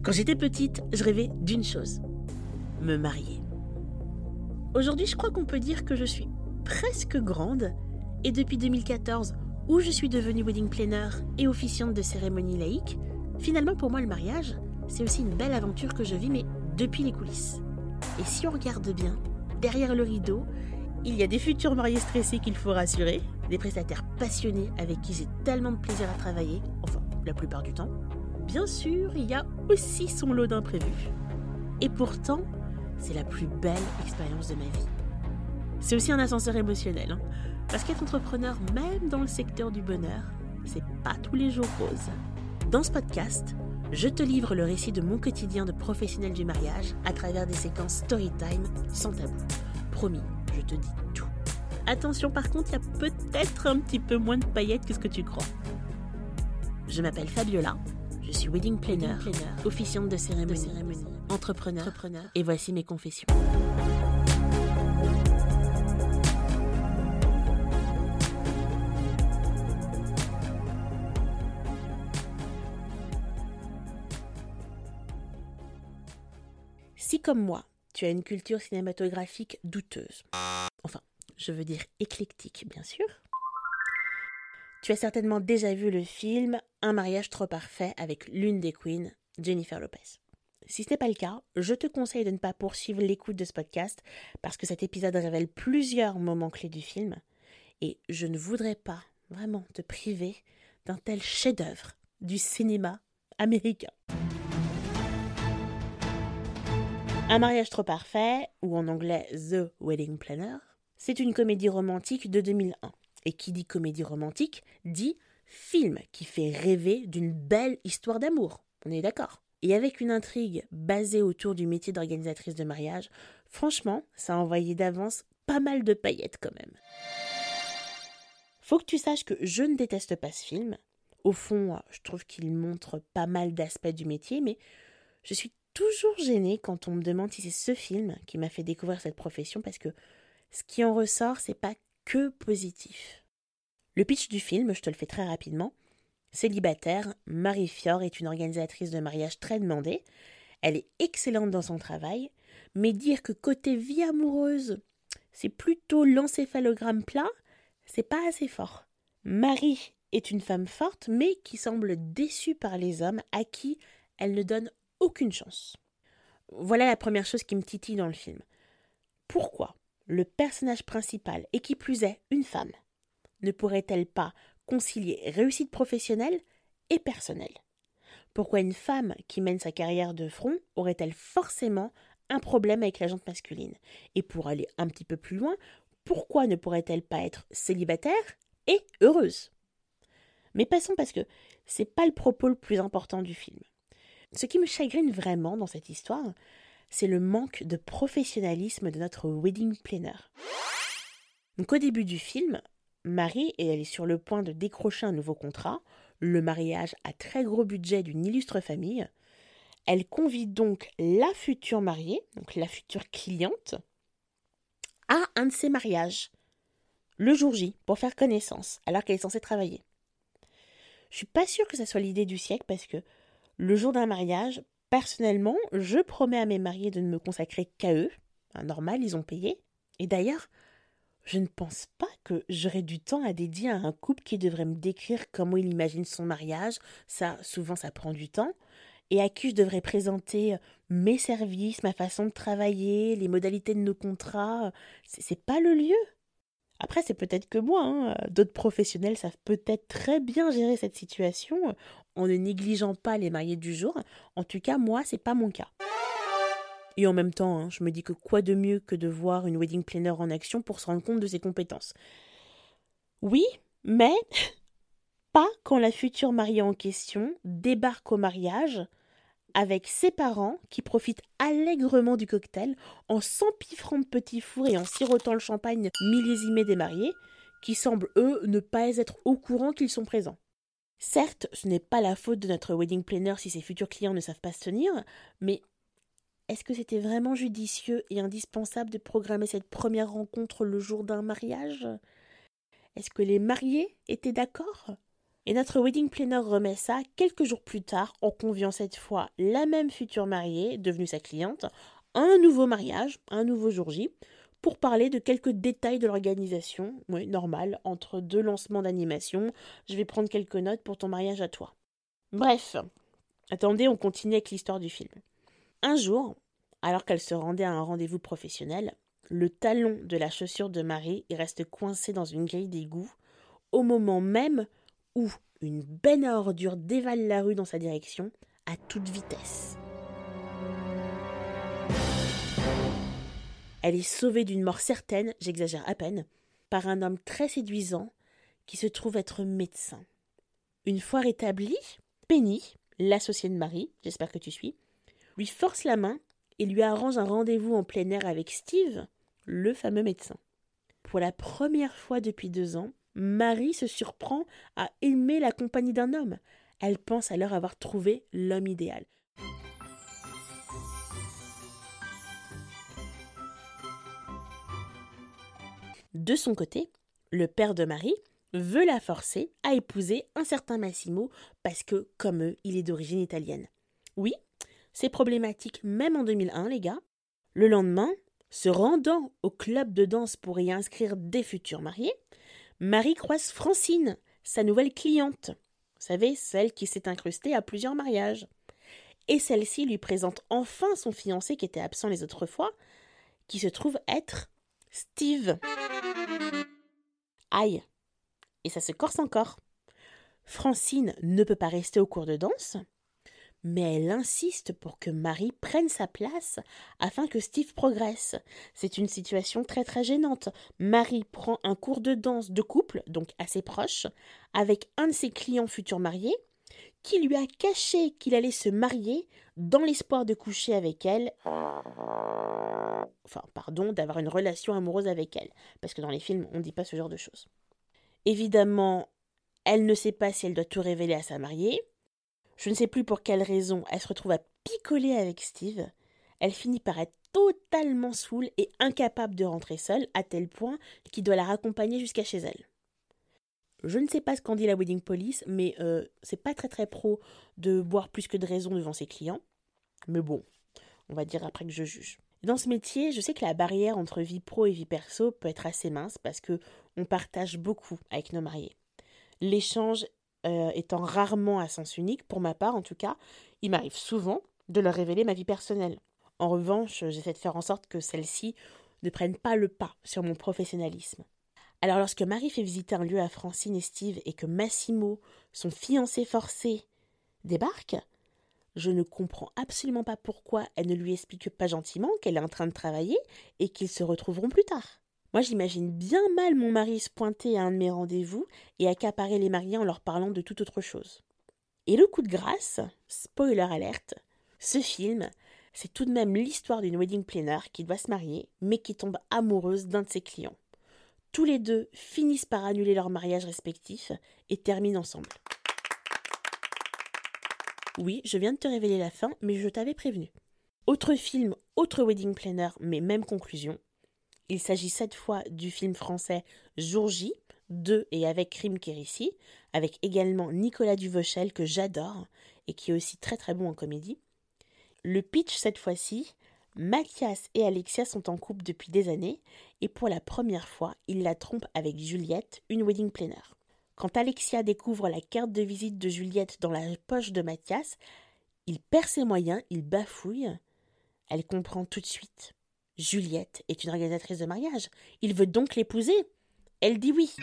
Quand j'étais petite, je rêvais d'une chose, me marier. Aujourd'hui, je crois qu'on peut dire que je suis presque grande et depuis 2014, où je suis devenue wedding planner et officiante de cérémonie laïque, finalement pour moi le mariage, c'est aussi une belle aventure que je vis, mais depuis les coulisses. Et si on regarde bien, derrière le rideau, il y a des futurs mariés stressés qu'il faut rassurer, des prestataires passionnés avec qui j'ai tellement de plaisir à travailler, enfin la plupart du temps. Bien sûr, il y a aussi son lot d'imprévus. Et pourtant, c'est la plus belle expérience de ma vie. C'est aussi un ascenseur émotionnel, parce qu'être entrepreneur, même dans le secteur du bonheur, c'est pas tous les jours rose. Dans ce podcast, je te livre le récit de mon quotidien de professionnel du mariage à travers des séquences storytime sans tabou. Promis, je te dis tout. Attention par contre, il y a peut-être un petit peu moins de paillettes que ce que tu crois. Je m'appelle Fabiola, je suis wedding planner, officiante de cérémonie, entrepreneur, et voici mes confessions. Si comme moi, tu as une culture cinématographique douteuse, enfin, je veux dire éclectique bien sûr, tu as certainement déjà vu le film Un mariage trop parfait avec l'une des queens, Jennifer Lopez. Si ce n'est pas le cas, je te conseille de ne pas poursuivre l'écoute de ce podcast parce que cet épisode révèle plusieurs moments clés du film et je ne voudrais pas vraiment te priver d'un tel chef-d'œuvre du cinéma américain. Un mariage trop parfait, ou en anglais The Wedding Planner, c'est une comédie romantique de 2001. Et qui dit comédie romantique, dit film qui fait rêver d'une belle histoire d'amour. On est d'accord. Et avec une intrigue basée autour du métier d'organisatrice de mariage, franchement, ça a envoyé d'avance pas mal de paillettes quand même. Faut que tu saches que je ne déteste pas ce film. Au fond, je trouve qu'il montre pas mal d'aspects du métier, mais je suis toujours gênée quand on me demande si c'est ce film qui m'a fait découvrir cette profession parce que ce qui en ressort, c'est pas que positif. Le pitch du film, je te le fais très rapidement. Célibataire, Marie Fiore est une organisatrice de mariage très demandée. Elle est excellente dans son travail, mais dire que côté vie amoureuse, c'est plutôt l'encéphalogramme plat, c'est pas assez fort. Marie est une femme forte, mais qui semble déçue par les hommes à qui elle ne donne aucune chance. Voilà la première chose qui me titille dans le film. Pourquoi le personnage principal, et qui plus est une femme, ne pourrait-elle pas concilier réussite professionnelle et personnelle? Pourquoi une femme qui mène sa carrière de front aurait-elle forcément un problème avec la jante masculine? Et pour aller un petit peu plus loin, pourquoi ne pourrait-elle pas être célibataire et heureuse? Mais passons parce que c'est pas le propos le plus important du film. Ce qui me chagrine vraiment dans cette histoire, c'est le manque de professionnalisme de notre wedding planner. Donc au début du film, Marie, et elle est sur le point de décrocher un nouveau contrat, le mariage à très gros budget d'une illustre famille. Elle convie donc la future mariée, donc la future cliente, à un de ses mariages, le jour J, pour faire connaissance, alors qu'elle est censée travailler. Je suis pas sûre que ça soit l'idée du siècle parce que le jour d'un mariage, personnellement, je promets à mes mariés de ne me consacrer qu'à eux. Normal, ils ont payé. Et d'ailleurs, je ne pense pas que j'aurais du temps à dédier à un couple qui devrait me décrire comment il imagine son mariage. Ça, souvent, ça prend du temps. Et à qui je devrais présenter mes services, ma façon de travailler, les modalités de nos contrats. C'est pas le lieu. Après, c'est peut-être que moi, d'autres professionnels savent peut-être très bien gérer cette situation en ne négligeant pas les mariés du jour. En tout cas, moi, c'est pas mon cas. Et en même temps, je me dis que quoi de mieux que de voir une wedding planner en action pour se rendre compte de ses compétences. Oui, mais pas quand la future mariée en question débarque au mariage avec ses parents qui profitent allègrement du cocktail en s'empiffrant de petits fours et en sirotant le champagne millésimé des mariés, qui semblent, eux, ne pas être au courant qu'ils sont présents. Certes, ce n'est pas la faute de notre wedding planner si ses futurs clients ne savent pas se tenir, mais est-ce que c'était vraiment judicieux et indispensable de programmer cette première rencontre le jour d'un mariage? Est-ce que les mariés étaient d'accord? Et notre wedding planner remet ça quelques jours plus tard en conviant cette fois la même future mariée, devenue sa cliente, à un nouveau mariage, un nouveau jour J, pour parler de quelques détails de l'organisation, oui, normal, entre deux lancements d'animation. Je vais prendre quelques notes pour ton mariage à toi. Bref, attendez, on continue avec l'histoire du film. Un jour, alors qu'elle se rendait à un rendez-vous professionnel, le talon de la chaussure de Marie reste coincé dans une grille d'égout au moment même où une benne à ordures dévale la rue dans sa direction à toute vitesse. Elle est sauvée d'une mort certaine, j'exagère à peine, par un homme très séduisant qui se trouve être médecin. Une fois rétablie, Penny, l'associée de Marie, j'espère que tu suis, lui force la main et lui arrange un rendez-vous en plein air avec Steve, le fameux médecin. Pour la première fois depuis 2 ans, Marie se surprend à aimer la compagnie d'un homme. Elle pense alors avoir trouvé l'homme idéal. De son côté, le père de Marie veut la forcer à épouser un certain Massimo parce que, comme eux, il est d'origine italienne. Oui, c'est problématique même en 2001, les gars. Le lendemain, se rendant au club de danse pour y inscrire des futurs mariés, Marie croise Francine, sa nouvelle cliente. Vous savez, celle qui s'est incrustée à plusieurs mariages. Et celle-ci lui présente enfin son fiancé qui était absent les autres fois, qui se trouve être Steve. Aïe, et ça se corse encore. Francine ne peut pas rester au cours de danse, mais elle insiste pour que Marie prenne sa place afin que Steve progresse. C'est une situation très très gênante. Marie prend un cours de danse de couple, donc assez proche, avec un de ses clients futurs mariés, qui lui a caché qu'il allait se marier dans l'espoir de coucher avec elle, d'avoir une relation amoureuse avec elle, parce que dans les films, on ne dit pas ce genre de choses. Évidemment, elle ne sait pas si elle doit tout révéler à sa mariée. Je ne sais plus pour quelle raison elle se retrouve à picoler avec Steve. Elle finit par être totalement saoule et incapable de rentrer seule, à tel point qu'il doit la raccompagner jusqu'à chez elle. Je ne sais pas ce qu'en dit la wedding police, mais c'est pas très très pro de boire plus que de raison devant ses clients. Mais bon, on va dire après que je juge. Dans ce métier, je sais que la barrière entre vie pro et vie perso peut être assez mince parce que on partage beaucoup avec nos mariés. L'échange étant rarement à sens unique, pour ma part en tout cas, il m'arrive souvent de leur révéler ma vie personnelle. En revanche, j'essaie de faire en sorte que celles-ci ne prennent pas le pas sur mon professionnalisme. Alors lorsque Marie fait visiter un lieu à Francine et Steve et que Massimo, son fiancé forcé, débarque, je ne comprends absolument pas pourquoi elle ne lui explique pas gentiment qu'elle est en train de travailler et qu'ils se retrouveront plus tard. Moi, j'imagine bien mal mon mari se pointer à un de mes rendez-vous et accaparer les mariés en leur parlant de toute autre chose. Et le coup de grâce, spoiler alerte, ce film, c'est tout de même l'histoire d'une wedding planner qui doit se marier, mais qui tombe amoureuse d'un de ses clients. Tous les deux finissent par annuler leur mariage respectif et terminent ensemble. Oui, je viens de te révéler la fin, mais je t'avais prévenu. Autre film, autre wedding planner, mais même conclusion. Il s'agit cette fois du film français Jour J, de et avec Rim Kérissi, avec également Nicolas Duvauchel que j'adore et qui est aussi très très bon en comédie. Le pitch cette fois-ci, Mathias et Alexia sont en couple depuis des années et pour la première fois, ils la trompent avec Juliette, une wedding planner. Quand Alexia découvre la carte de visite de Juliette dans la poche de Mathias, il perd ses moyens, il bafouille. Elle comprend tout de suite. Juliette est une organisatrice de mariage. Il veut donc l'épouser. Elle dit oui.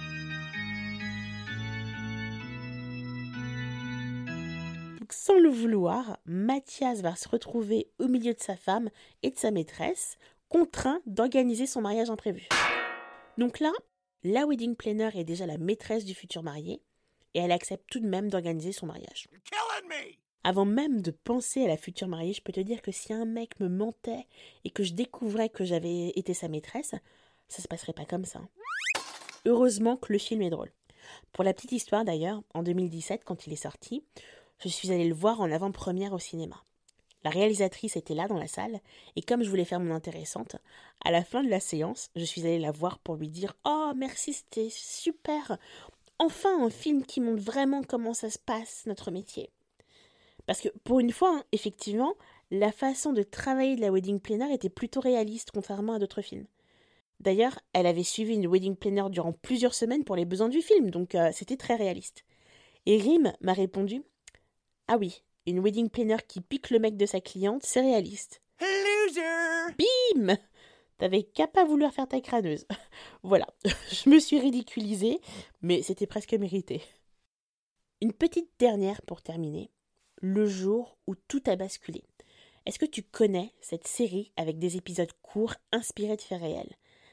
Donc, sans le vouloir, Mathias va se retrouver au milieu de sa femme et de sa maîtresse, contraint d'organiser son mariage imprévu. Donc là, la wedding planner est déjà la maîtresse du futur marié et elle accepte tout de même d'organiser son mariage. Avant même de penser à la future mariée, je peux te dire que si un mec me mentait et que je découvrais que j'avais été sa maîtresse, ça se passerait pas comme ça. Heureusement que le film est drôle. Pour la petite histoire d'ailleurs, en 2017, quand il est sorti, je suis allée le voir en avant-première au cinéma. La réalisatrice était là dans la salle, et comme je voulais faire mon intéressante, à la fin de la séance, je suis allée la voir pour lui dire « Oh, merci, c'était super ! enfin un film qui montre vraiment comment ça se passe, notre métier. Parce que pour une fois, effectivement, la façon de travailler de la wedding planner était plutôt réaliste, contrairement à d'autres films. D'ailleurs, elle avait suivi une wedding planner durant plusieurs semaines pour les besoins du film, donc c'était très réaliste. Et Rim m'a répondu « Ah oui, une wedding planner qui pique le mec de sa cliente, c'est réaliste. » Loser! Bim! T'avais qu'à pas vouloir faire ta crâneuse. Voilà, je me suis ridiculisée, mais c'était presque mérité. Une petite dernière pour terminer. Le jour où tout a basculé. Est-ce que tu connais cette série avec des épisodes courts inspirés de faits réels?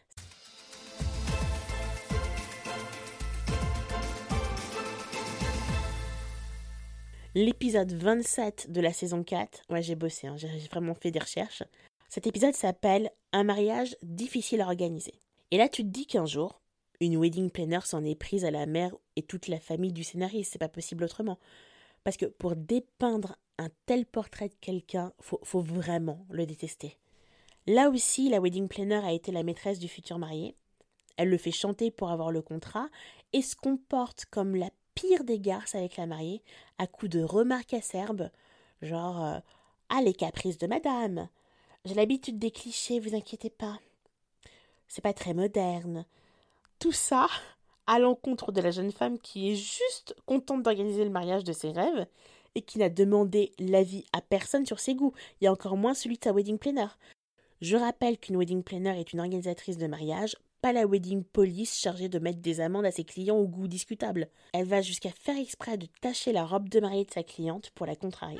L'épisode 27 de la saison 4, ouais j'ai bossé, j'ai vraiment fait des recherches. Cet épisode s'appelle « Un mariage difficile à organiser ». Et là tu te dis qu'un jour, une wedding planner s'en est prise à la mère et toute la famille du scénariste, c'est pas possible autrement. Parce que pour dépeindre un tel portrait de quelqu'un, faut vraiment le détester. Là aussi, la wedding planner a été la maîtresse du futur marié. Elle le fait chanter pour avoir le contrat et se comporte comme la pire des garces avec la mariée, à coups de remarques acerbes, genre « Ah, les caprices de madame !»« J'ai l'habitude des clichés, vous inquiétez pas. »« C'est pas très moderne. » Tout ça à l'encontre de la jeune femme qui est juste contente d'organiser le mariage de ses rêves et qui n'a demandé l'avis à personne sur ses goûts, et encore moins celui de sa wedding planner. Je rappelle qu'une wedding planner est une organisatrice de mariage, pas la wedding police chargée de mettre des amendes à ses clients au goût discutable. Elle va jusqu'à faire exprès de tacher la robe de mariée de sa cliente pour la contrarier.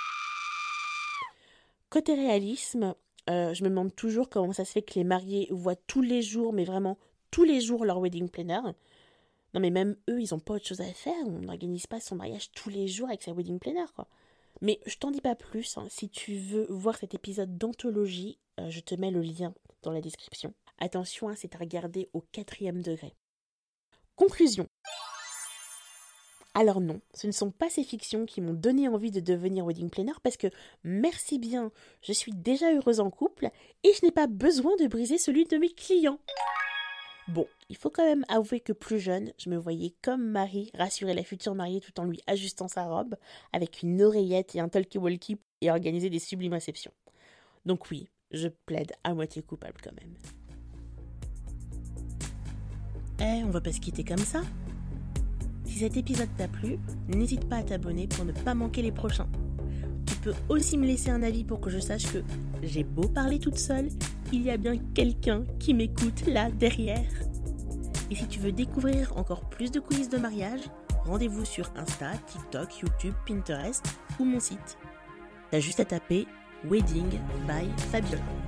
Côté réalisme, je me demande toujours comment ça se fait que les mariés voient tous les jours, mais vraiment tous les jours, leur wedding planner. Non mais même eux, ils n'ont pas autre chose à faire, on n'organise pas son mariage tous les jours avec sa wedding planner, quoi. Mais je t'en dis pas plus, si tu veux voir cet épisode d'anthologie, je te mets le lien dans la description. Attention, c'est à regarder au 4e degré. Conclusion. Alors non, ce ne sont pas ces fictions qui m'ont donné envie de devenir wedding planner parce que, merci bien, je suis déjà heureuse en couple et je n'ai pas besoin de briser celui de mes clients. Bon, il faut quand même avouer que plus jeune, je me voyais comme Marie rassurer la future mariée tout en lui ajustant sa robe, avec une oreillette et un talkie-walkie et organiser des sublimes réceptions. Donc oui, je plaide à moitié coupable quand même. On va pas se quitter comme ça. Si cet épisode t'a plu, n'hésite pas à t'abonner pour ne pas manquer les prochains. Tu peux aussi me laisser un avis pour que je sache que j'ai beau parler toute seule, il y a bien quelqu'un qui m'écoute là derrière. Et si tu veux découvrir encore plus de coulisses de mariage, rendez-vous sur Insta, TikTok, YouTube, Pinterest ou mon site. T'as juste à taper Wedding by Fabiola.